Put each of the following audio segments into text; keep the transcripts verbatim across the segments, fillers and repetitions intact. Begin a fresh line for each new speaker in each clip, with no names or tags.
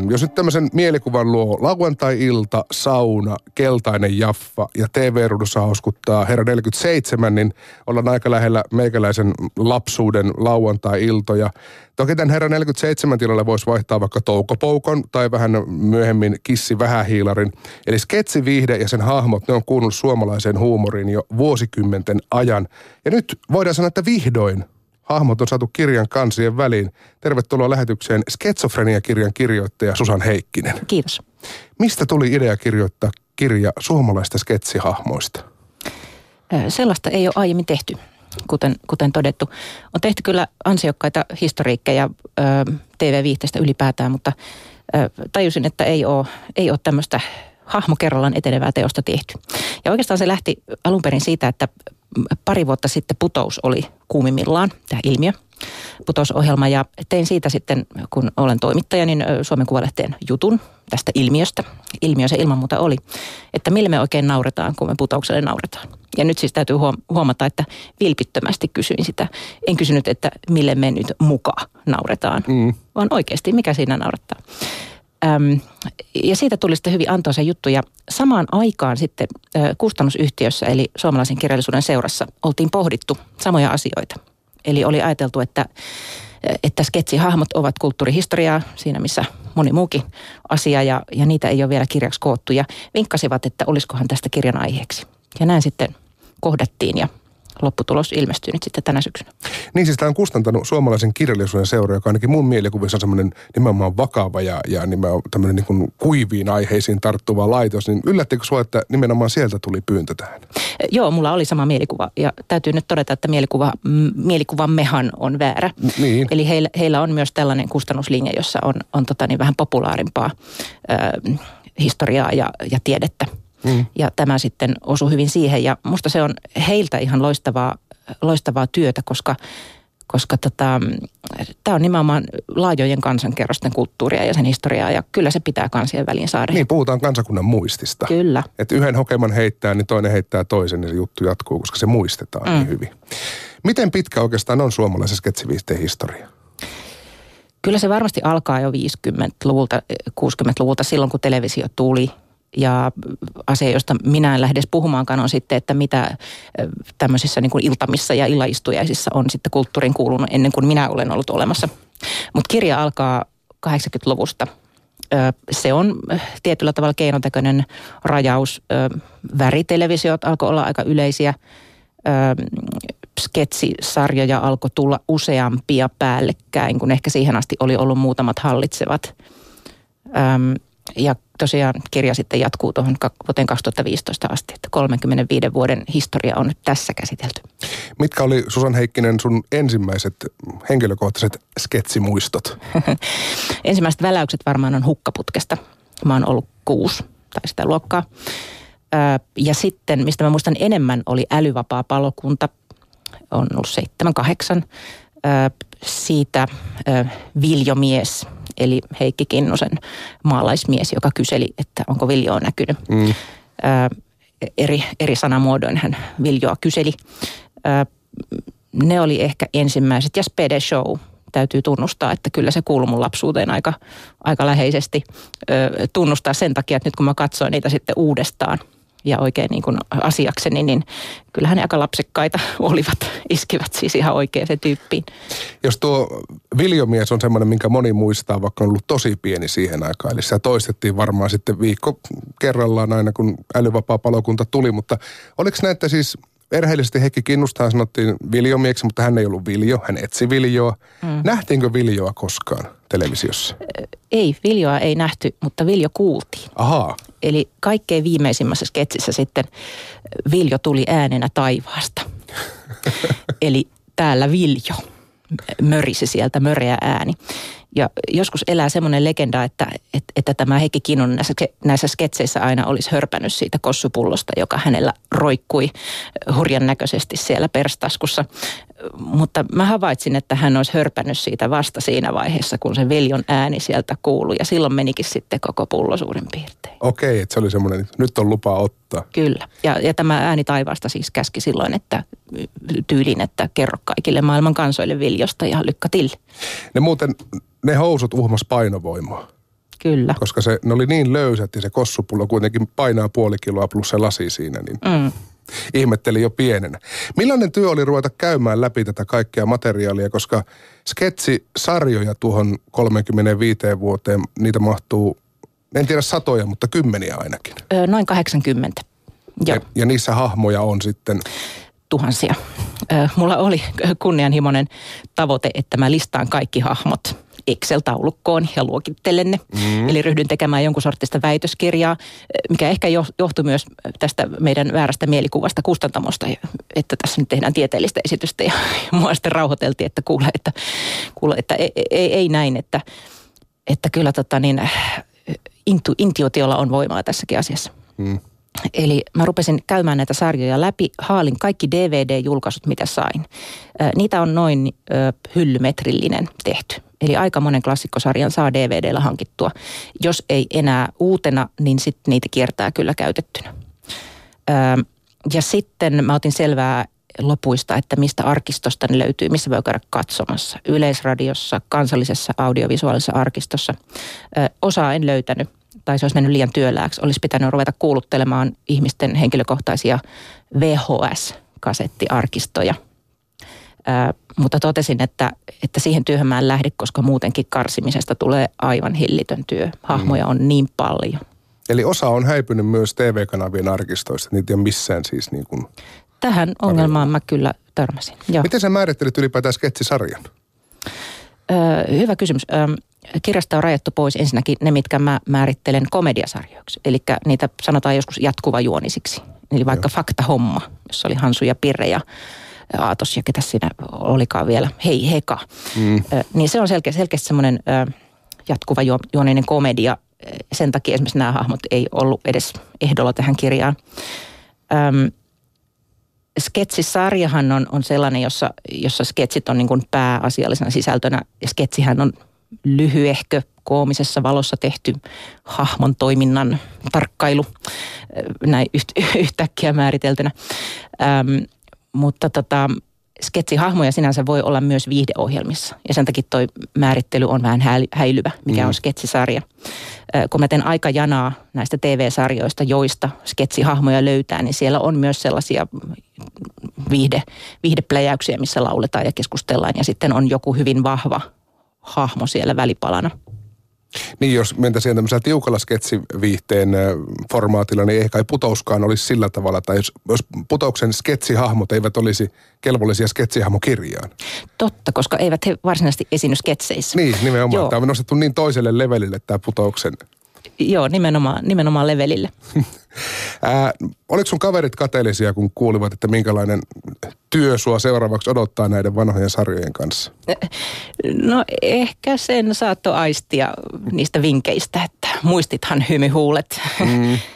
jos nyt tämmöisen mielikuvan luo lauantai-ilta, sauna, keltainen jaffa ja T V-ruudussa hauskuttaa herra neljäkymmentäseitsemän, niin ollaan aika lähellä meikäläisen lapsuuden lauantai-iltoja. Toki tämän herra neljäkymmentäseitsemän tilalle voisi vaihtaa vaikka Toukopoukon tai vähän myöhemmin Kissi Vähähiilarin. Eli sketsiviihde ja sen hahmot, ne on kuulunut suomalaiseen huumoriin jo vuosikymmenten ajan. Ja nyt voidaan sanoa, että vihdoin hahmot on saatu kirjan kansien väliin. Tervetuloa lähetykseen Sketsofrenia-kirjan kirjoittaja Susan Heikkinen.
Kiitos.
Mistä tuli idea kirjoittaa kirja suomalaista sketsihahmoista?
Sellaista ei ole aiemmin tehty, kuten, kuten todettu. On tehty kyllä ansiokkaita historiikkeja ö, T V-viihteestä ylipäätään, mutta ö, tajusin, että ei ole, ei ole tämmöistä hahmo kerrallaan etenevää teosta tehty. Ja oikeastaan se lähti alun perin siitä, että pari vuotta sitten Putous oli kuumimmillaan, tämä ilmiö, Putous-ohjelma, ja tein siitä sitten, kun olen toimittaja, niin Suomen Kuvalehteen jutun tästä ilmiöstä. Ilmiö se ilman muuta oli, että millä me oikein nauretaan, kun me Putoukselle nauretaan. Ja nyt siis täytyy huomata, että vilpittömästi kysyin sitä. En kysynyt, että mille me nyt muka nauretaan, mm. vaan oikeasti mikä siinä naurattaa. Öm, ja siitä tuli sitten hyvin antoisa juttu, ja samaan aikaan sitten ö, kustannusyhtiössä eli Suomalaisen kirjallisuuden seurassa oltiin pohdittu samoja asioita. Eli oli ajateltu, että, että sketsihahmot ovat kulttuurihistoriaa siinä missä moni muukin asia, ja, ja niitä ei ole vielä kirjaksi koottu, ja vinkkasivat, että olisikohan tästä kirjan aiheeksi. Ja näin sitten kohdattiin, ja lopputulos ilmestyy nyt sitten tänä syksynä.
Niin siis tämä on kustantanut Suomalaisen kirjallisuuden seura, joka ainakin mun mielikuvissa on semmoinen nimenomaan vakava ja, ja nimenomaan tämmöinen niin kuin kuiviin aiheisiin tarttuva laitos. Niin yllättikö sinua, että nimenomaan sieltä tuli pyyntö tähän?
Joo, mulla oli sama mielikuva, ja täytyy nyt todeta, että mielikuva, mielikuvammehan on väärä.
Niin.
Eli heillä, heillä on myös tällainen kustannuslinja, jossa on, on tota niin vähän populaarimpaa ö, historiaa ja, ja tiedettä. Mm. Ja tämä sitten osui hyvin siihen, ja musta se on heiltä ihan loistavaa, loistavaa työtä, koska, koska tota, tämä on nimenomaan laajojen kansankerrosten kulttuuria ja sen historiaa, ja kyllä se pitää kansien väliin saada.
Niin, puhutaan kansakunnan muistista.
Kyllä.
Että yhden hokeman heittää, niin toinen heittää toisen, niin se juttu jatkuu, koska se muistetaan mm. niin hyvin. Miten pitkä oikeastaan on suomalaisen sketsiviihteen historia?
Kyllä se varmasti alkaa jo viisikymmentäluvulta, kuusikymmentäluvulta silloin, kun televisio tuli. Ja asia, josta minä en lähde edes puhumaankaan, on sitten, että mitä tämmöisissä niin kuin iltamissa ja illaistujaisissa on sitten kulttuuriin kuulunut ennen kuin minä olen ollut olemassa. Mutta kirja alkaa kahdeksankymmentäluvusta. Se on tietyllä tavalla keinotekoinen rajaus. Väritelevisiot alkoi olla aika yleisiä. Sketsisarjoja alkoi tulla useampia päällekkäin, kun ehkä siihen asti oli ollut muutamat hallitsevat. Ja tosiaan kirja sitten jatkuu tuohon vuoteen kaksituhattaviisitoista asti, että kolmenkymmenenviiden vuoden historia on nyt tässä käsitelty. Mitkä
oli, Susan Heikkinen, sun ensimmäiset henkilökohtaiset sketsimuistot?
Ensimmäiset väläykset varmaan on Hukkaputkesta. Mä oon ollut kuusi tai sitä luokkaa. Ja sitten, mistä mä muistan enemmän, oli Älyvapaa palokunta. On ollut seitsemän, kahdeksan. Siitä Viljomies, eli Heikki Kinnusen maalaismies, joka kyseli, että onko Viljoa näkynyt. Mm. Ää, eri, eri sanamuodoin hän Viljoa kyseli. Ää, ne oli ehkä ensimmäiset. Ja Spede Show, täytyy tunnustaa, että kyllä se kuului mun lapsuuteen aika, aika läheisesti. Ää, tunnustaa sen takia, että nyt kun mä katsoin niitä sitten uudestaan ja oikein niin kuin asiakseni, niin kyllähän ne aika lapsekkaita olivat, iskivät siis ihan oikeaan se tyyppiin.
Jos tuo Viljomies on semmoinen, minkä moni muistaa, vaikka on ollut tosi pieni siihen aikaan, eli sitä toistettiin varmaan sitten viikko kerrallaan aina, kun Älyvapaa palokunta tuli, mutta oliko näitä siis erheellisesti Heikki Kinnustahan sanottiin Viljomieksi, mutta hän ei ollut Viljo, hän etsi Viljoa. Mm. Nähtiinkö Viljoa koskaan televisiossa?
Ei, Viljoa ei nähty, mutta Viljo kuultiin.
Ahaa.
Eli kaikkein viimeisimmässä sketsissä sitten Viljo tuli äänenä taivaasta. Eli täällä Viljo mörisi sieltä möreä ääni. Ja joskus elää semmoinen legenda, että, että, että tämä Heikki Kinnunen näissä, näissä sketseissä aina olisi hörpännyt siitä kossupullosta, joka hänellä roikkui hurjan näköisesti siellä perstaskussa. Mutta mä havaitsin, että hän olisi hörpännyt siitä vasta siinä vaiheessa, kun se Viljon ääni sieltä kuului. Ja silloin menikin sitten koko pullo suurin piirtein.
Okei, että se oli semmoinen, että nyt on lupa ottaa.
Kyllä. Ja, ja tämä ääni taivaasta siis käski silloin, että tyylin, että kerro kaikille maailman kansoille Viljosta ja lykkä till.
Ne muuten, ne housut uhmas painovoimaa.
Kyllä.
Koska se, ne oli niin löysät ja se kossupullo kuitenkin painaa puoli kiloa plus se lasi siinä, niin mm. ihmettelin jo pienenä. Millainen työ oli ruveta käymään läpi tätä kaikkea materiaalia, koska sketsisarjoja tuohon kolmekymmentäviisi vuoteen, niitä mahtuu, en tiedä satoja, mutta kymmeniä ainakin.
Öö, noin kahdeksankymmentä.
Ja, ja niissä hahmoja on sitten
tuhansia. Mulla oli kunnianhimoinen tavoite, että mä listaan kaikki hahmot Excel-taulukkoon ja luokittelen ne. Mm. Eli ryhdyn tekemään jonkun sortista väitöskirjaa, mikä ehkä johtui myös tästä meidän väärästä mielikuvasta kustantamosta, että tässä nyt tehdään tieteellistä esitystä ja mua sitten rauhoiteltiin, että kuule, että, kuule, että ei, ei, ei näin, että, että kyllä tota niin, intu, intuitiolla on voimaa tässäkin asiassa. Mm. Eli mä rupesin käymään näitä sarjoja läpi, haalin kaikki D V D-julkaisut, mitä sain. Niitä on noin hyllymetrillinen tehty. Eli aika monen klassikkosarjan saa D V D:llä hankittua. Jos ei enää uutena, niin sitten niitä kiertää kyllä käytettynä. Ja sitten mä otin selvää lopuista, että mistä arkistosta ne löytyy, missä voi käydä katsomassa. Yleisradiossa, kansallisessa audiovisuaalisessa arkistossa. Osaa en löytänyt. Tai se olisi mennyt liian työlääksi, olisi pitänyt ruveta kuuluttelemaan ihmisten henkilökohtaisia V H S-kasettiarkistoja. Ää, mutta totesin, että, että siihen työhön mä en lähde, koska muutenkin karsimisesta tulee aivan hillitön työ. Hahmoja on niin paljon.
Eli osa on häipynyt myös T V-kanavien arkistoista, niitä ei ole missään siis niin kuin
tähän ongelmaan mä kyllä törmäsin. Joo.
Miten sä määrittelit ylipäätään sketsisarjan?
Öö, hyvä kysymys. Öö, kirjasta on rajattu pois ensinnäkin ne, mitkä mä määrittelen komediasarjoiksi. Eli niitä sanotaan joskus jatkuvajuonisiksi. Eli vaikka Joo. Fakta-homma, jossa oli Hansu ja Pirre ja Aatos ja ketä siinä olikaan vielä, Hei Heka. Mm. Öö, niin se on selkeä, selkeästi semmoinen öö, jatkuvajuoninen komedia. Sen takia esimerkiksi nämä hahmot ei ollut edes ehdolla tähän kirjaan. Öö, Sketsisarjahan on, on sellainen, jossa, jossa sketsit on niin kuin pääasiallisena sisältönä. Ja sketsihän on lyhyehkö, koomisessa valossa tehty hahmon toiminnan tarkkailu, näin yht, yhtäkkiä määriteltynä. Ähm, mutta tota, sketsihahmoja sinänsä voi olla myös viihdeohjelmissa. Ja sen takia toi määrittely on vähän häilyvä, mikä mm. on sketsisarja. Äh, kun mä teen aika janaa näistä T V-sarjoista, joista sketsihahmoja löytää, niin siellä on myös sellaisia viihde, viihdepläjäyksiä, missä lauletaan ja keskustellaan. Ja sitten on joku hyvin vahva hahmo siellä välipalana.
Niin, jos mentäisiin tämmöisellä tiukalla sketsiviihteen formaatilla, niin ei kai Putouskaan olisi sillä tavalla. Tai jos, jos Putouksen sketsihahmot eivät olisi kelvollisia sketsihahmokirjaan.
Totta, koska eivät he varsinaisesti esiinny sketseissä.
Niin, nimenomaan. Joo. Tämä on nostettu niin toiselle levelille tämä Putouksen.
Joo, nimenomaan, nimenomaan levelille.
Ää, oliko sun kaverit kateellisia, kun kuulivat, että minkälainen työ sua seuraavaksi odottaa näiden vanhojen sarjojen kanssa?
No ehkä sen saattoi aistia niistä vinkkeistä, että muistithan hymyhuulet. Mm. Ö,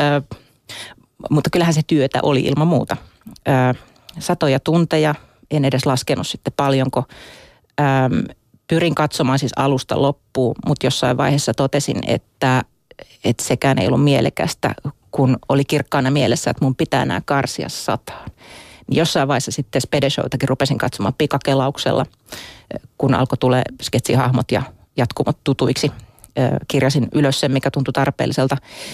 mutta kyllähän se työtä oli ilman muuta. Ö, satoja tunteja, en edes laskenut sitten paljonko. Ö, pyrin katsomaan siis alusta loppuun, mutta jossain vaiheessa totesin, että, että sekään ei ollut mielekästä, kun oli kirkkaana mielessä, että mun pitää nämä karsia sataan. Jossain vaiheessa sitten Spede-showtakin rupesin katsomaan pikakelauksella, kun alkoi tulee sketsihahmot ja jatkumot tutuiksi. Kirjasin ylös sen, mikä tuntui tarpeelliselta.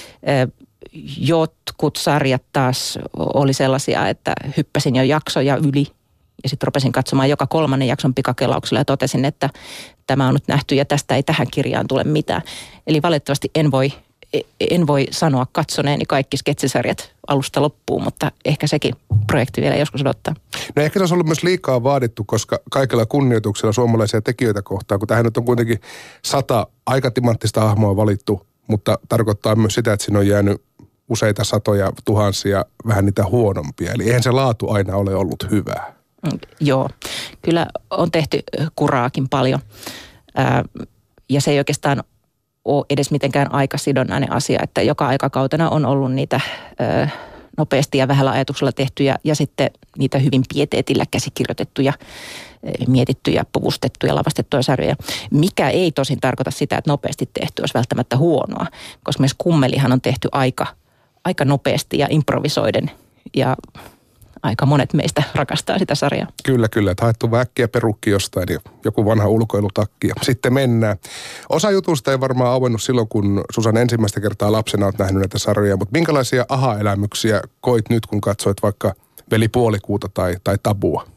Jotkut sarjat taas oli sellaisia, että hyppäsin jo jaksoja yli ja sitten rupesin katsomaan joka kolmannen jakson pikakelauksella ja totesin, että tämä on nyt nähty ja tästä ei tähän kirjaan tule mitään. Eli valitettavasti en voi, en voi sanoa katsoneeni kaikki sketsisarjat alusta loppuun, mutta ehkä sekin projekti vielä joskus odottaa.
No ehkä se olisi ollut myös liikaa vaadittu, koska kaikilla kunnioituksella suomalaisia tekijöitä kohtaan, kun tähän nyt on kuitenkin sata aika timanttista hahmoa valittu, mutta tarkoittaa myös sitä, että siinä on jäänyt useita satoja tuhansia vähän niitä huonompia. Eli eihän se laatu aina ole ollut hyvää.
Mm, joo, kyllä on tehty kuraakin paljon Ää, ja se ei oikeastaan ole edes mitenkään aikasidonnainen asia, että joka aikakautena on ollut niitä ö, nopeasti ja vähällä ajatuksella tehtyjä ja sitten niitä hyvin pieteetillä käsikirjoitettuja, mietittyjä, puvustettuja, lavastettuja sarjoja. Mikä ei tosin tarkoita sitä, että nopeasti tehty olisi välttämättä huonoa, koska myös Kummelihan on tehty aika, aika nopeasti ja improvisoiden ja aika monet meistä rakastaa sitä sarjaa.
Kyllä, kyllä. Että haettu väkkiä perukki jostain ja joku vanha ulkoilutakki ja sitten mennään. Osa jutusta ei varmaan auennut silloin, kun Susan ensimmäistä kertaa lapsena olet nähnyt näitä sarjoja, mutta minkälaisia aha-elämyksiä koit nyt, kun katsoit vaikka Veli Puolikuuta tai, tai Tabua?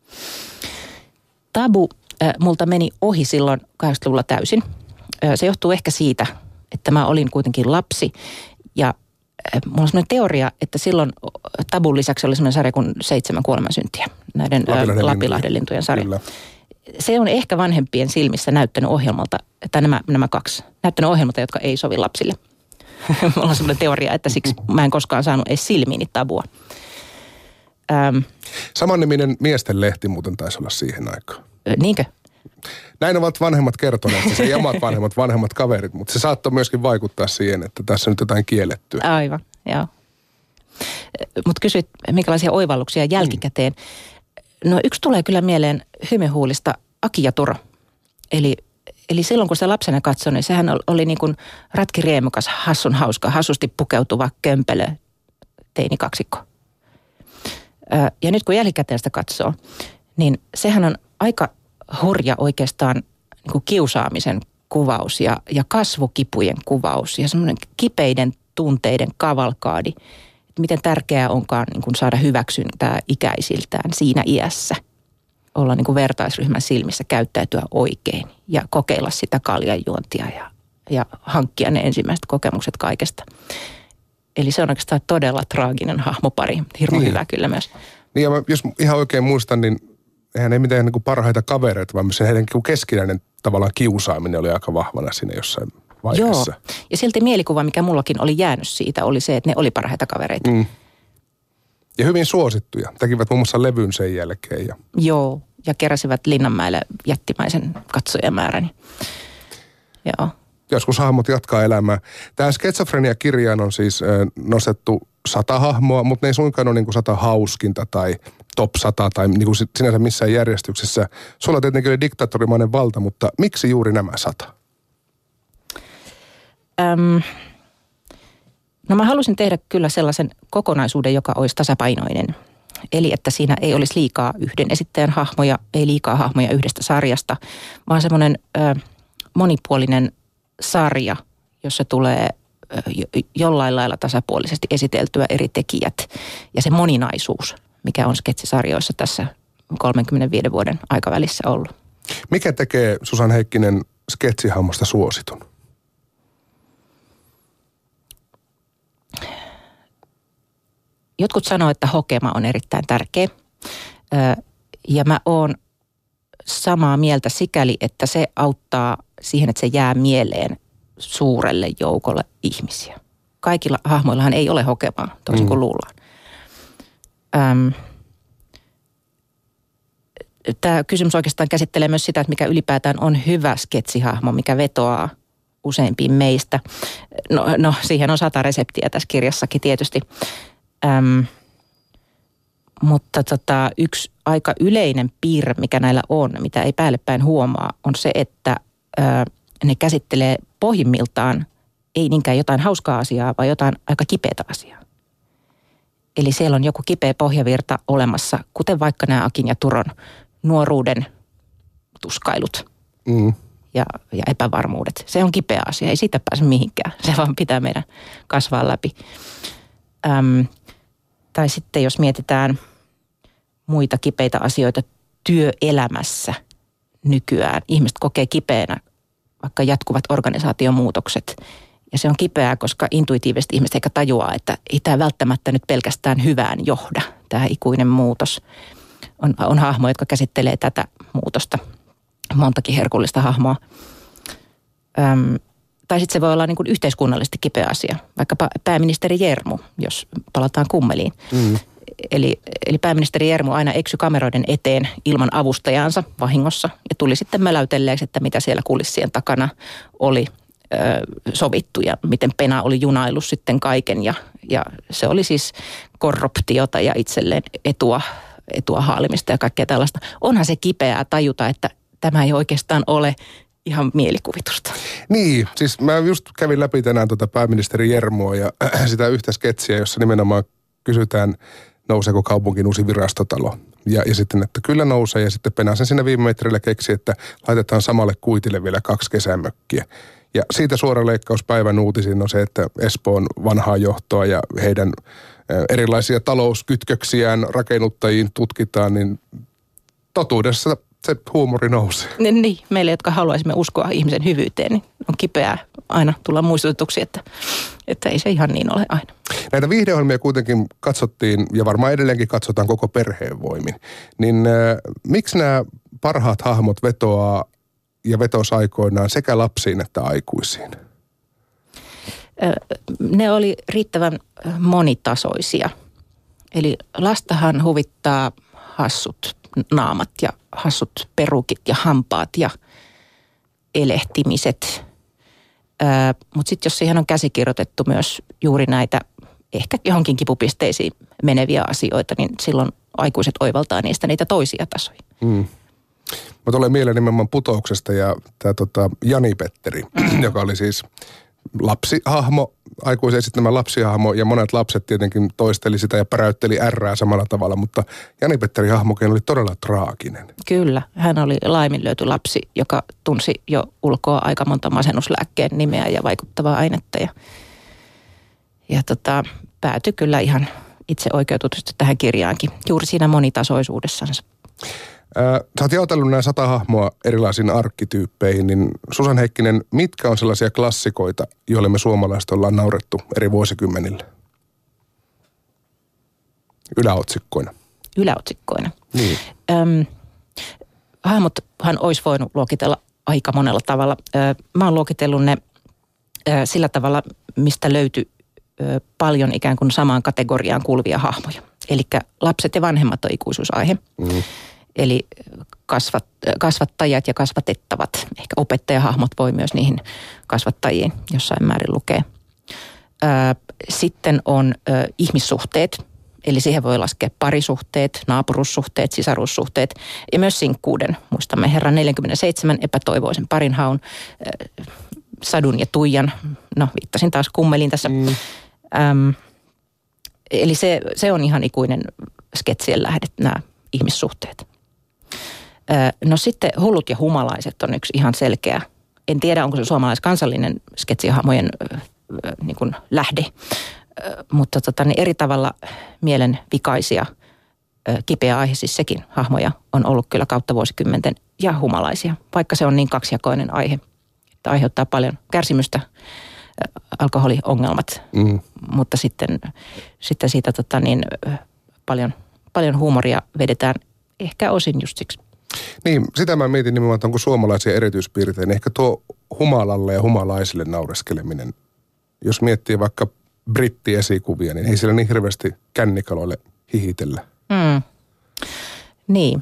Tabu äh, multa meni ohi silloin kahdeksankymmentäluvulla täysin. Äh, se johtuu ehkä siitä, että mä olin kuitenkin lapsi ja äh, mulla on sellainen teoria, että silloin Tabun lisäksi oli sellainen sarja kuin Seitsemän kuolemansyntiä, näiden Lapilahden, Lapilahden lintujen sarja. Kyllä. Se on ehkä vanhempien silmissä näyttänyt ohjelmalta, tai nämä, nämä kaksi, näyttänyt ohjelmalta, jotka ei sovi lapsille. Mulla on sellainen teoria, että siksi mä en koskaan saanut edes silmiini Tabua. Ähm,
Samanniminen miesten lehti muuten taisi olla siihen aikaan.
Niinkö?
Näin ovat vanhemmat kertoneet, se ei omat vanhemmat, vanhemmat kaverit, mutta se saattoi myöskin vaikuttaa siihen, että tässä on nyt jotain kiellettyä.
Aivan, joo. Mutta kysyit, minkälaisia oivalluksia jälkikäteen. Mm. No yksi tulee kyllä mieleen Hymehuulista Aki ja Turo. Eli, eli silloin kun sitä lapsena katsoi, niin sehän oli niin kuin ratkiriemukas, hassun hauska, hassusti pukeutuva kömpelö teinikaksikko. Ja nyt kun jälkikäteen sitä katsoo, niin sehän on aika hurja oikeastaan niin kuin kiusaamisen kuvaus ja, ja kasvukipujen kuvaus ja semmoinen kipeiden tunteiden kavalkaadi, että miten tärkeää onkaan niin kuin saada hyväksyntää ikäisiltään siinä iässä, olla niin kuin vertaisryhmän silmissä, käyttäytyä oikein ja kokeilla sitä kaljanjuontia ja, ja hankkia ne ensimmäiset kokemukset kaikesta. Eli se on oikeastaan todella traaginen hahmopari. Hirmu niin. Hyvä kyllä myös.
Niin ja mä, jos ihan oikein muistan, niin eihän ei mitään niin kuin parhaita kavereita, vaan myös heidän keskinäinen tavallaan kiusaaminen oli aika vahvana siinä jossain vaiheessa.
Joo, ja silti mielikuva, mikä mullakin oli jäänyt siitä, oli se, että ne oli parhaita kavereita. Mm.
Ja hyvin suosittuja. Tekivät muun muassa levyn sen jälkeen. Ja...
Joo, ja keräsivät Linnanmäelle jättimäisen katsojamäärän. Joo.
Joskus hahmot jatkaa elämää. Tähän Sketsofrenia-kirjaan on siis äh, nostettu sata hahmoa, mutta ne ei suinkaan ole niin kuin sata hauskinta tai top sata tai niin kuin sinänsä missään järjestyksessä. Sulla tietenkin oli diktaattorimainen valta, mutta miksi juuri nämä sata?
Öm, no mä halusin tehdä kyllä sellaisen kokonaisuuden, joka olisi tasapainoinen. Eli että siinä ei olisi liikaa yhden esittäjän hahmoja, ei liikaa hahmoja yhdestä sarjasta, vaan semmoinen ö, monipuolinen sarja, jossa tulee jollain lailla tasapuolisesti esiteltyä eri tekijät ja se moninaisuus, mikä on sketsisarjoissa tässä kolmenkymmenenviiden vuoden aikavälissä ollut.
Mikä tekee Susan Heikkinen sketsihahmosta suositun?
Jotkut sanoo, että hokema on erittäin tärkeä ja mä oon samaa mieltä sikäli, että se auttaa siihen, että se jää mieleen suurelle joukolle ihmisiä. Kaikilla hahmoillahan ei ole hokemaa, toisin kuin mm. luullaan. Öm, Tämä kysymys oikeastaan käsittelee myös sitä, että mikä ylipäätään on hyvä sketsihahmo, mikä vetoaa useimpiin meistä. No, no siihen on sata reseptiä tässä kirjassakin tietysti. Öm, mutta tota, yksi aika yleinen piirre, mikä näillä on, mitä ei päälle päin huomaa, on se, että ö, ne käsittelee pohjimmiltaan ei niinkään jotain hauskaa asiaa, vaan jotain aika kipeätä asiaa. Eli siellä on joku kipeä pohjavirta olemassa, kuten vaikka nämä Akin ja Turon nuoruuden tuskailut mm. ja, ja epävarmuudet. Se on kipeä asia, ei siitä pääse mihinkään. Se vaan pitää meidän kasvaa läpi. Öm, tai sitten jos mietitään muita kipeitä asioita työelämässä nykyään. Ihmiset kokee kipeänä vaikka jatkuvat organisaatiomuutokset. Ja se on kipeää, koska intuitiivisesti ihmiset eikä tajuaa, että ei tämä välttämättä nyt pelkästään hyvään johda, tämä ikuinen muutos. On, on hahmoja, jotka käsittelee tätä muutosta, montakin herkullista hahmoa. Öm, tai sitten se voi olla niin kuin yhteiskunnallisesti kipeä asia, vaikkapa pääministeri Jermu, jos palataan kummeliin. Mm. Eli, eli pääministeri Jermu aina eksy kameroiden eteen ilman avustajaansa vahingossa ja tuli sitten mäläytelleeksi, että mitä siellä kulissien takana oli ö, sovittu ja miten Pena oli junaillut sitten kaiken. Ja, ja se oli siis korruptiota ja itselleen etua, etua haalimista ja kaikkea tällaista. Onhan se kipeää tajuta, että tämä ei oikeastaan ole ihan mielikuvitusta.
Niin, siis mä just kävin läpi tänään tuota pääministeri Jermua ja sitä yhtä sketsiä, jossa nimenomaan kysytään nouseeko kaupunkin uusi virastotalo. Ja, ja sitten, että kyllä nousee, ja sitten Penäsen siinä viime metrillä keksi, että laitetaan samalle kuitille vielä kaksi kesämökkiä. Ja siitä suora leikkaus päivän uutisiin on se, että Espoon vanhaa johtoa ja heidän erilaisia talouskytköksiään rakennuttajiin tutkitaan, niin totuudessa se huumori nousee.
Niin, meille, jotka haluaisimme uskoa ihmisen hyvyyteen, niin on kipeää aina tulla muistutetuksi, että, että ei se ihan niin ole aina.
Näitä viihdeohjelmia kuitenkin katsottiin, ja varmaan edelleenkin katsotaan koko perheen voimin. Niin äh, miksi nämä parhaat hahmot vetoaa ja vetos aikoinaan sekä lapsiin että aikuisiin?
Ne oli riittävän monitasoisia. Eli lastahan huvittaa hassut naamat ja hassut perukit ja hampaat ja elehtimiset. Mutta sitten jos siihen on käsikirjoitettu myös juuri näitä ehkä johonkin kipupisteisiin meneviä asioita, niin silloin aikuiset oivaltaa niistä niitä toisia tasoja. Mm.
Mä tulee mieleen nimenomaan Putouksesta ja tämä tota, Jani-Petteri, joka oli siis lapsihahmo, aikuisen esittämä lapsihahmo, ja monet lapset tietenkin toisteli sitä ja päräytteli ärrää samalla tavalla, mutta Jani-Petteri hahmokin oli todella traaginen.
Kyllä, hän oli laiminlyöty lapsi, joka tunsi jo ulkoa aika monta masennuslääkkeen nimeä ja vaikuttavaa ainetta, ja, ja tota, päätyi kyllä ihan itse oikeututusti tähän kirjaankin, juuri siinä monitasoisuudessansa.
Sä oot jaotellut nämä sata hahmoa erilaisiin arkkityyppeihin, niin Susan Heikkinen, mitkä on sellaisia klassikoita, joille me suomalaiset ollaan naurettu eri vuosikymmenillä? Yläotsikkoina.
Yläotsikkoina.
Niin.
Öm, hahmothan olisi voinut luokitella aika monella tavalla. Ö, mä oon luokitellut ne ö, sillä tavalla, mistä löytyi ö, paljon ikään kuin samaan kategoriaan kuuluvia hahmoja. Eli lapset ja vanhemmat on ikuisuusaihe. Mm. Eli kasvat, kasvattajat ja kasvatettavat. Ehkä opettajahahmot voi myös niihin kasvattajiin jossain määrin lukea. Sitten on ihmissuhteet, eli siihen voi laskea parisuhteet, naapurussuhteet, sisarussuhteet ja myös sinkkuuden. Muistamme herran neljäkymmentäseitsemän epätoivoisen parinhaun, Sadun ja Tuijan. No, viittasin taas kummeliin tässä. Mm. Ähm, eli se, se on ihan ikuinen sketsien lähde, nämä ihmissuhteet. No sitten hullut ja humalaiset on yksi ihan selkeä. En tiedä, onko se suomalaiskansallinen sketsihahmojen niin kuin lähde, mutta tota, niin eri tavalla mielenvikaisia, kipeä aihe siis sekin hahmoja on ollut kyllä kautta vuosikymmenten ja humalaisia, vaikka se on niin kaksijakoinen aihe, että aiheuttaa paljon kärsimystä alkoholiongelmat, mm. mutta sitten, sitten siitä tota, niin, paljon, paljon huumoria vedetään ehkä osin just siksi.
Niin, sitä mä mietin nimenomaan, että onko suomalaisia erityispiirteitä. Ehkä tuo humalalle ja humalaisille naureskeleminen, jos miettii vaikka brittiesikuvia, niin ei siellä niin hirveästi kännikaloille hihitellä.
Mm. Niin.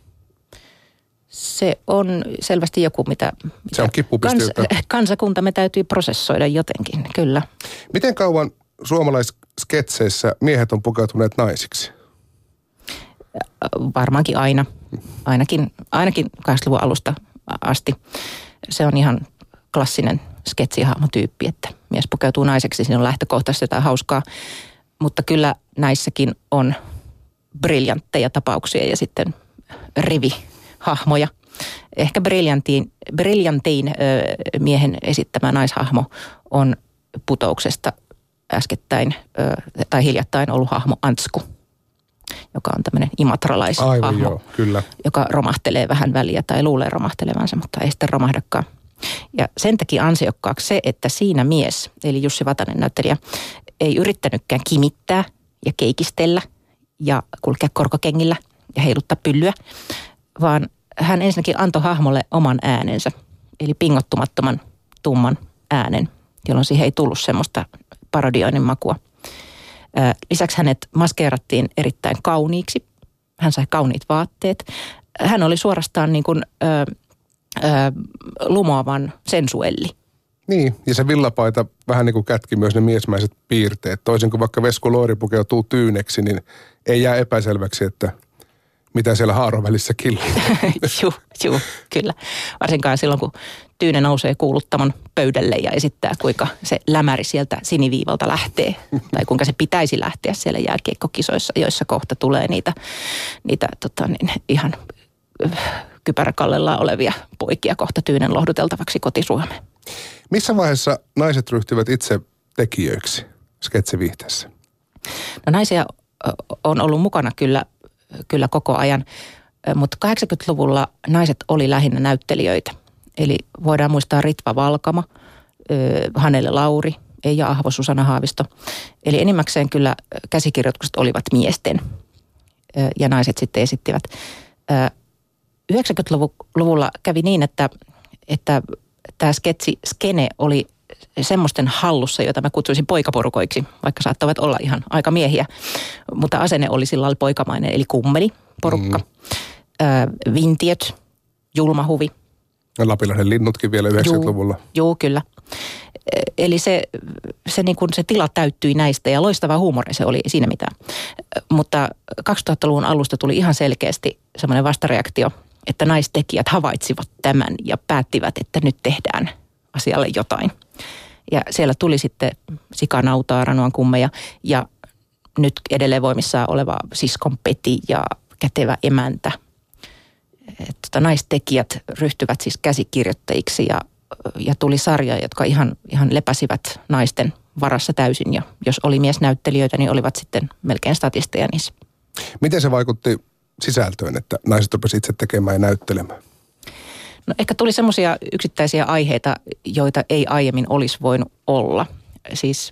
Se on selvästi joku, mitä, mitä
se on kipupiste,
kans, kansakuntamme täytyy prosessoida jotenkin, kyllä.
Miten kauan suomalaissketseissä miehet on pukeutuneet naisiksi?
Varmaankin aina. Ainakin, ainakin kahdeksankymmentäluvun alusta asti. Se on ihan klassinen sketsihahmotyyppi, että mies pukeutuu naiseksi. Siinä on lähtökohtaisesti jotain hauskaa. Mutta kyllä näissäkin on briljantteja tapauksia ja sitten rivihahmoja. Ehkä briljantiin, briljantein ö, miehen esittämä naishahmo on Putouksesta äskettäin ö, tai hiljattain ollut hahmo Antsku, joka on tämmöinen imatralaishahmo,
kyllä.
joka romahtelee vähän väliä tai luulee romahtelevansa, mutta ei sitten romahdakaan. Ja sen teki ansiokkaaksi se, että siinä mies, eli Jussi Vatanen näyttelijä, ei yrittänytkään kimittää ja keikistellä ja kulkea korkokengillä ja heiluttaa pyllyä, vaan hän ensinnäkin antoi hahmolle oman äänensä, eli pingottumattoman tumman äänen, jolloin siihen ei tullut semmoista parodioinnin makua. Lisäksi hänet maskeerattiin erittäin kauniiksi. Hän sai kauniit vaatteet. Hän oli suorastaan niin kuin ö, ö, lumoavan sensuelli.
Niin, ja se villapaita vähän niin kuin kätki myös ne miesmäiset piirteet. Toisin kuin vaikka Vesku Loiri pukeutuu tyyneksi, niin ei jää epäselväksi, että mitä siellä haaron välissä killuu.
Juu, juu, kyllä. Varsinkaan silloin, kun Tyyne nousee kuuluttamon pöydälle ja esittää, kuinka se lämäri sieltä siniviivalta lähtee. Tai kuinka se pitäisi lähteä siellä jääkiekkokisoissa, joissa kohta tulee niitä, niitä tota niin, ihan kypäräkallellaan olevia poikia kohta Tyynen lohduteltavaksi koti-Suomeen.
Missä vaiheessa naiset ryhtyvät itse tekijöiksi sketsiviihteessä?
No naisia on ollut mukana kyllä, kyllä koko ajan, mutta kahdeksankymmentäluvulla naiset oli lähinnä näyttelijöitä. Eli voidaan muistaa Ritva Valkama, Hanele Lauri, Eija Ahvo, Susanna Haavisto. Eli enimmäkseen kyllä käsikirjoitukset olivat miesten ja naiset sitten esittivät. yhdeksänkymmentäluvulla kävi niin, että, että tämä sketsi-skene oli semmoisten hallussa, joita mä kutsuisin poikaporukoiksi, vaikka saattavat olla ihan aika miehiä. Mutta asenne oli sillä lailla poikamainen, eli kummeli, porukka, mm. vintiöt, julmahuvi.
Lapinlahden linnutkin vielä yhdeksänkymmentäluvulla.
Joo, kyllä. Eli se, se, niin kuin se tila täyttyi näistä ja loistava huumori se oli, ei siinä mitään. Mutta kaksituhattaluvun alusta tuli ihan selkeästi semmoinen vastareaktio, että naistekijät havaitsivat tämän ja päättivät, että nyt tehdään asialle jotain. Ja siellä tuli sitten Sikanautaa, Ranuan kummeja ja nyt edelleen voimissaan oleva Siskon Peti ja Kätevä emäntä. Tota, naistekijät ryhtyvät siis käsikirjoittajiksi ja, ja tuli sarja, jotka ihan, ihan lepäsivät naisten varassa täysin. Ja jos oli miesnäyttelijöitä, niin olivat sitten melkein statisteja niissä.
Miten se vaikutti sisältöön, että naiset rupesivat itse tekemään ja näyttelemään?
No ehkä tuli semmoisia yksittäisiä aiheita, joita ei aiemmin olisi voinut olla. Siis,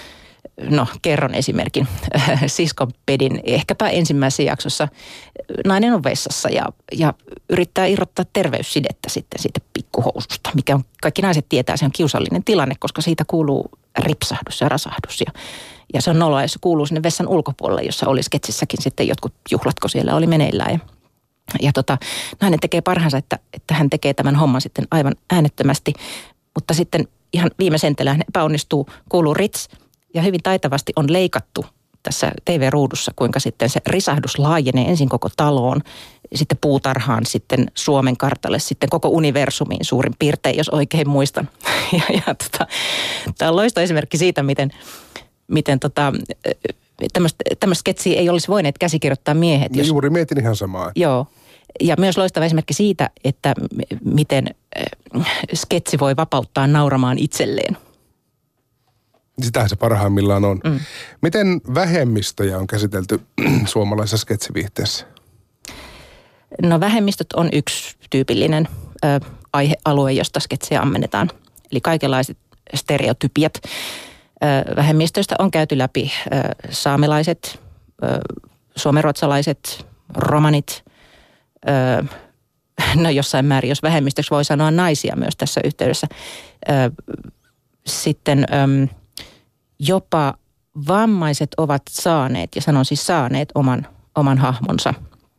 no kerron esimerkin. Siskon Pedin ehkäpä ensimmäisessä jaksossa nainen on vessassa ja, ja yrittää irrottaa terveyssidettä sitten siitä pikkuhoususta, mikä on, kaikki naiset tietää, se on kiusallinen tilanne, koska siitä kuuluu ripsahdus ja rasahdus. Ja, ja se on noloa, jos se kuuluu sinne vessan ulkopuolelle, jossa oli sketsissäkin sitten jotkut juhlat, kun siellä oli meneillään. Ja, ja tota, nainen tekee parhaansa, että, että hän tekee tämän homman sitten aivan äänettömästi, mutta sitten ihan viimeisentelään hän epäonnistuu, kuuluu rits ja hyvin taitavasti on leikattu tässä T V-ruudussa, kuinka sitten se risahdus laajenee ensin koko taloon, sitten puutarhaan, sitten Suomen kartalle, sitten koko universumiin suurin piirtein, jos oikein muistan. Ja, ja tota, tämä on loistava esimerkki siitä, miten, miten tota, tämmöistä sketsiä ei olisi voineet käsikirjoittaa miehet.
Jos, juuri mietin ihan samaa.
Joo. Ja myös loistava esimerkki siitä, että miten sketsi voi vapauttaa nauramaan itselleen.
Sitähän se parhaimmillaan on. Mm. Miten vähemmistöjä on käsitelty suomalaisessa sketsiviihteessä?
No vähemmistöt on yksi tyypillinen ö, aihealue, josta sketsejä ammennetaan. Eli kaikenlaiset stereotypiat. Ö, vähemmistöistä on käyty läpi ö, saamelaiset, ö, suomenruotsalaiset, romanit. Ö, no jossain määrin, jos vähemmistöksi voi sanoa naisia myös tässä yhteydessä. Ö, sitten... Ö, Jopa vammaiset ovat saaneet, ja sanon siis saaneet, oman, oman hahmonsa.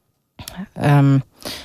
Öm,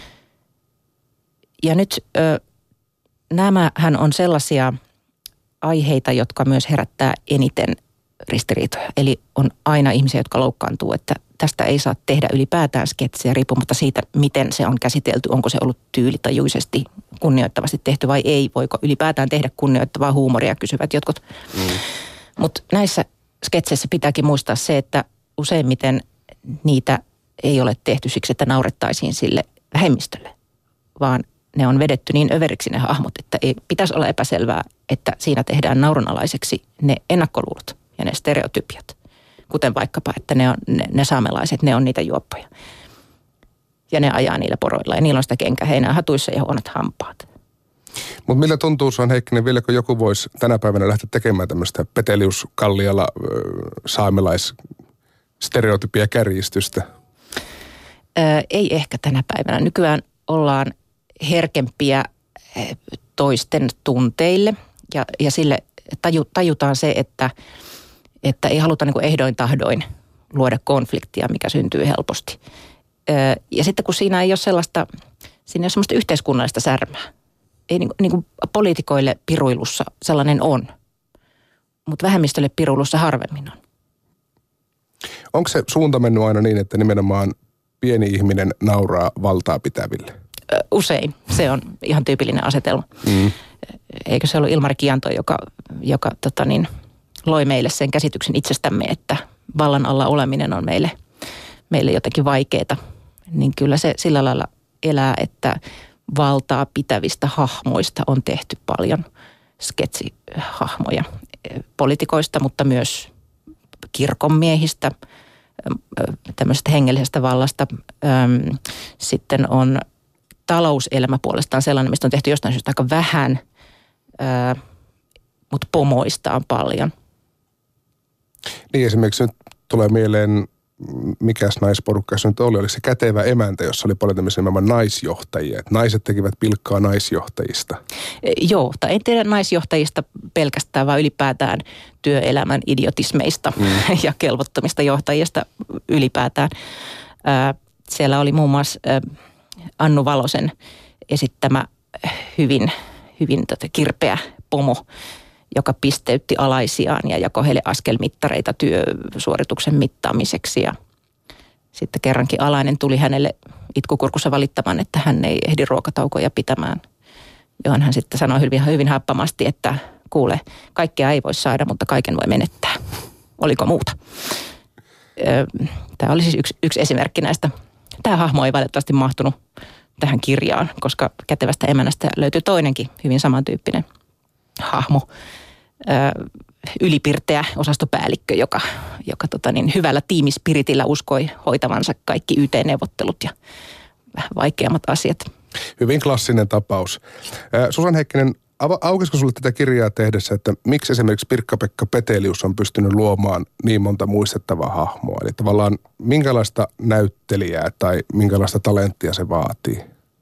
ja nyt ö, nämähän on sellaisia aiheita, jotka myös herättää eniten ristiriitoja. Eli on aina ihmisiä, jotka loukkaantuu, että tästä ei saa tehdä ylipäätään sketsiä riippumatta siitä, miten se on käsitelty. Onko se ollut tyylitajuisesti kunnioittavasti tehty vai ei. Voiko ylipäätään tehdä kunnioittavaa huumoria, kysyvät jotkut. Mm. Mutta näissä sketseissä pitääkin muistaa se, että useimmiten niitä ei ole tehty siksi, että naurettaisiin sille vähemmistölle, vaan ne on vedetty niin överiksi ne hahmot, että ei pitäisi olla epäselvää, että siinä tehdään naurunalaiseksi ne ennakkoluulot ja ne stereotypiat. Kuten vaikkapa, että ne, on, ne, ne saamelaiset, ne on niitä juoppoja. Ja ne ajaa niillä poroilla ja niillä on sitä kenkäheinää hatuissa ja huonot hampaat.
Mutta millä tuntuu se on, Heikkinen, vieläkö joku voisi tänä päivänä lähteä tekemään tämmöistä Petelius Kalliala saamelais stereotypia kärjistystä?
Öö, ei ehkä tänä päivänä. Nykyään ollaan herkempiä toisten tunteille ja, ja sille taju, tajutaan se, että, että ei haluta niin kuin ehdoin tahdoin luoda konfliktia, mikä syntyy helposti. Öö, ja sitten kun siinä ei ole sellaista, siinä ei ole sellaista yhteiskunnallista särmää. Ei niin, niin kuin poliitikoille piruilussa sellainen on, mutta vähemmistölle piruilussa harvemmin on.
Onko se suunta mennyt aina niin, että nimenomaan pieni ihminen nauraa valtaa pitäville?
Usein. Se on ihan tyypillinen asetelma. Mm. Eikö se ollut Ilmari Kianto, joka, joka tota niin, loi meille sen käsityksen itsestämme, että vallan alla oleminen on meille, meille jotenkin vaikeaa. Niin kyllä se sillä lailla elää, että valtaa pitävistä hahmoista on tehty paljon sketsihahmoja. Poliitikoista, mutta myös kirkonmiehistä, tämmöisestä hengellisestä vallasta. Sitten on talouselämä puolestaan sellainen, mistä on tehty jostain syystä aika vähän, mutta pomoista on paljon.
Niin esimerkiksi nyt tulee mieleen, mikäs naisporukka se nyt oli, oli se Kätevä emäntä, jossa oli paljon tämmöisiä nimenomaan naisjohtajia. Että naiset tekivät pilkkaa naisjohtajista.
Joo, tai en tiedä naisjohtajista pelkästään, vaan ylipäätään työelämän idiotismeista mm. ja kelvottomista johtajista ylipäätään. Siellä oli muun muassa Annu Valosen esittämä hyvin, hyvin tota kirpeä pomo, joka pisteytti alaisiaan ja jakoi heille askelmittareita työsuorituksen mittaamiseksi. Ja sitten kerrankin alainen tuli hänelle itkukurkussa valittamaan, että hän ei ehdi ruokataukoja pitämään. Johon hän sitten sanoi hyvin, hyvin happamasti, että kuule, kaikkea ei voi saada, mutta kaiken voi menettää. Oliko muuta? Tämä oli siis yksi, yksi esimerkki näistä. Tämä hahmo ei valitettavasti mahtunut tähän kirjaan, koska Kätevästä emännästä löytyy toinenkin hyvin samantyyppinen hahmo. Ylipirteä osastopäällikkö, joka, joka tota niin, hyvällä tiimispiritillä uskoi hoitavansa kaikki Y T-neuvottelut ja vaikeammat asiat.
Hyvin klassinen tapaus. Susan Heikkinen, aukisiko sinulle tätä kirjaa tehdessä, että miksi esimerkiksi Pirkka-Pekka Petelius on pystynyt luomaan niin monta muistettavaa hahmoa? Eli tavallaan minkälaista näyttelijää tai minkälaista talenttia se vaatii?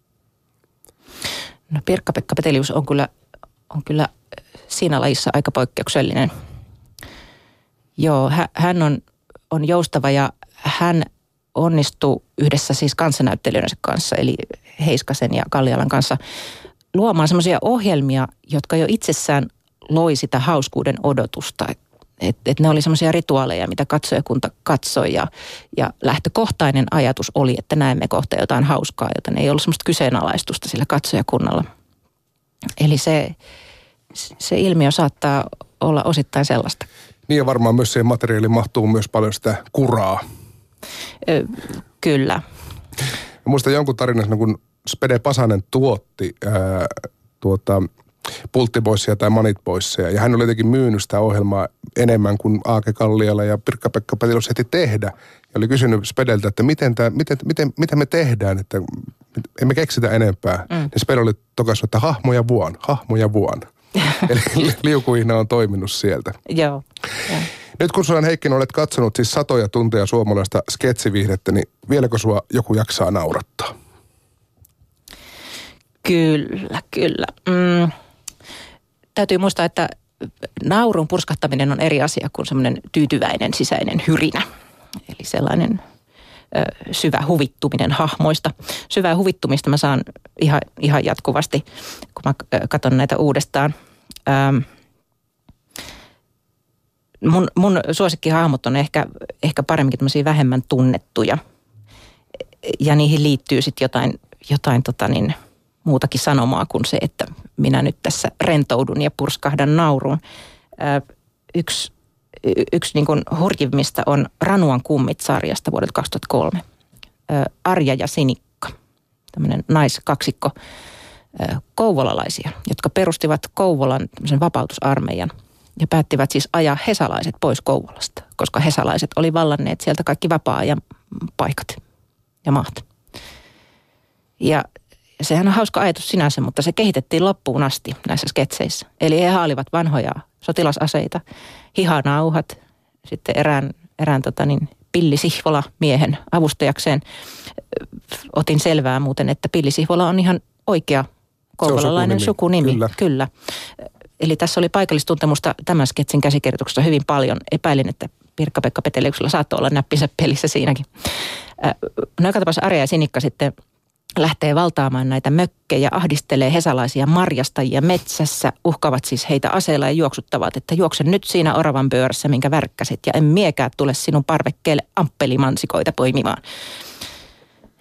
No Pirkka-Pekka Petelius on kyllä, on kyllä siinä lajissa aika poikkeuksellinen. Joo, hän on, on joustava ja hän onnistuu yhdessä siis kanssanäyttelijöidensä kanssa, eli Heiskasen ja Kallialan kanssa, luomaan semmoisia ohjelmia, jotka jo itsessään loi sitä hauskuuden odotusta. Että et ne oli semmoisia rituaaleja, mitä katsojakunta katsoi ja, ja lähtökohtainen ajatus oli, että näemme kohta jotain hauskaa, joten ei ollut semmoista kyseenalaistusta sillä katsojakunnalla. Eli se, se ilmiö saattaa olla osittain sellaista.
Niin ja varmaan myös siihen materiaaliin mahtuu myös paljon sitä kuraa.
Ö, kyllä.
Mä muistan jonkun tarinan, kun Spede Pasanen tuotti ää, tuota, Pulttiboissia tai Manitboissia. Ja hän oli jotenkin myynyt sitä ohjelmaa enemmän kuin Aake Kalliala ja Pirkka-Pekka Petelius heti tehdä. Ja oli kysynyt Spedeltä, että miten, tää, miten, miten, mitä me tehdään, että emme keksitä enempää. Mm. Ja Spede oli tokaissut, että hahmoja vuon, hahmoja vuon. Eli liukuihna on toiminut sieltä.
Joo. Ja.
Nyt kun Susan Heikkinen olet katsonut siis satoja tunteja suomalaista sketsiviihdettä, niin vieläkö sua joku jaksaa naurattaa?
Kyllä, kyllä. Mm. Täytyy muistaa, että naurun purskahtaminen on eri asia kuin semmoinen tyytyväinen sisäinen hyrinä. Eli sellainen ö, syvä huvittuminen hahmoista. Syvää huvittumista mä saan ihan, ihan jatkuvasti, kun mä katson näitä uudestaan. Ähm, mun, mun suosikkihahmot on ehkä, ehkä paremminkin tämmöisiä vähemmän tunnettuja. Ja niihin liittyy sitten jotain, jotain tota niin, muutakin sanomaa kuin se, että minä nyt tässä rentoudun ja purskahdan nauruun. Ö, yksi yksi niin kuin hurjimmista on Ranuan kummit-sarjasta vuodelta kaksituhattakolme. Ö, Arja ja Sinikka, tämmöinen naiskaksikko ö, kouvolalaisia, jotka perustivat Kouvolan tämmöisen vapautusarmeijan ja päättivät siis ajaa hesalaiset pois Kouvolasta, koska hesalaiset oli vallanneet sieltä kaikki vapaa-ajan paikat ja maat. Ja sehän on hauska ajatus sinänsä, mutta se kehitettiin loppuun asti näissä sketseissä. Eli he haalivat vanhoja sotilasaseita, hihanauhat, sitten erään, erään tota niin, Pilli Sihvola miehen avustajakseen. Otin selvää muuten, että Pilli Sihvola on ihan oikea kouvolalainen sukunimi. sukunimi. Kyllä. Kyllä. Eli tässä oli paikallistuntemusta tämän sketsin käsikirjoituksessa hyvin paljon. Epäilin, että Pirkka-Pekka Peteliuksella saattoi olla näppinsä pelissä siinäkin. No joka tapauksessa Arja ja Sinikka sitten lähtee valtaamaan näitä mökkejä, ahdistelee hesalaisia marjastajia metsässä, uhkaavat siis heitä aseilla ja juoksuttavat, että juoksen nyt siinä oravan pyörässä, minkä värkkäsit, ja en miekään tule sinun parvekkeelle amppelimansikoita poimimaan.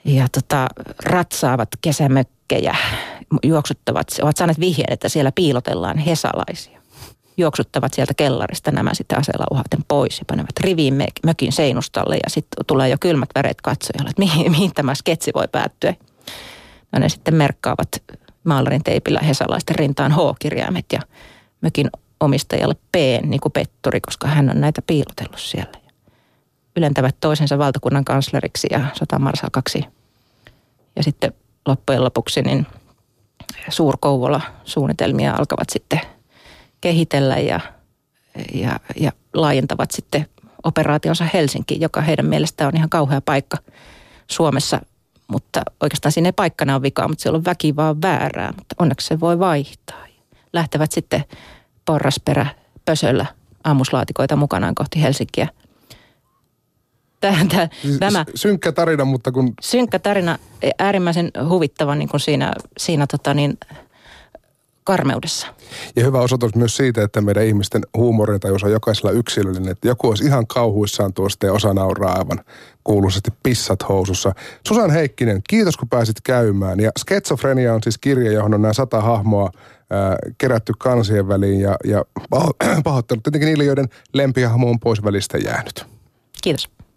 ja tota, ratsaavat kesämökkejä, juoksuttavat, ovat saaneet vihjeen, että siellä piilotellaan hesalaisia. Juoksuttavat sieltä kellarista nämä sitten aseella uhaten pois ja panevat riviin mökin seinustalle ja sitten tulee jo kylmät väreet katsojalle, että mihin, mihin tämä sketsi voi päättyä. No ne sitten merkkaavat maalarin teipillä hesalaisten rintaan H-kirjaimet ja mökin omistajalle P, niin kuin petturi, koska hän on näitä piilotellut siellä. Ylentävät toisensa valtakunnan kansleriksi ja sotamarsalkaksi. Ja sitten loppujen lopuksi niin Suur-Kouvola-suunnitelmia alkavat sitten kehitellä ja, ja, ja laajentavat sitten operaationsa Helsinkiin, joka heidän mielestään on ihan kauhea paikka Suomessa. Mutta oikeastaan siinä ei paikkana ole vikaa, mutta siellä on väki vaan väärää, mutta onneksi se voi vaihtaa. Lähtevät sitten porrasperä pösöllä ammuslaatikoita mukanaan kohti Helsinkiä. Tämä, tämä, tämä
synkkä tarina, mutta kun...
Synkkä tarina, äärimmäisen huvittava niin kuin siinä, siinä tota niin, karmeudessa.
Ja hyvä osoitus myös siitä, että meidän ihmisten huumorintajus on jokaisella yksilöllinen. Että joku olisi ihan kauhuissaan tuosta ja osa nauraa aivan kuuluisesti pissat housussa. Susan Heikkinen, kiitos kun pääsit käymään. Ja Sketsofrenia on siis kirja, johon on nämä sata hahmoa ää, kerätty kansien väliin. Ja, ja pahoittelut tietenkin niille, joiden lempihahmo on pois välistä jäänyt.
Kiitos.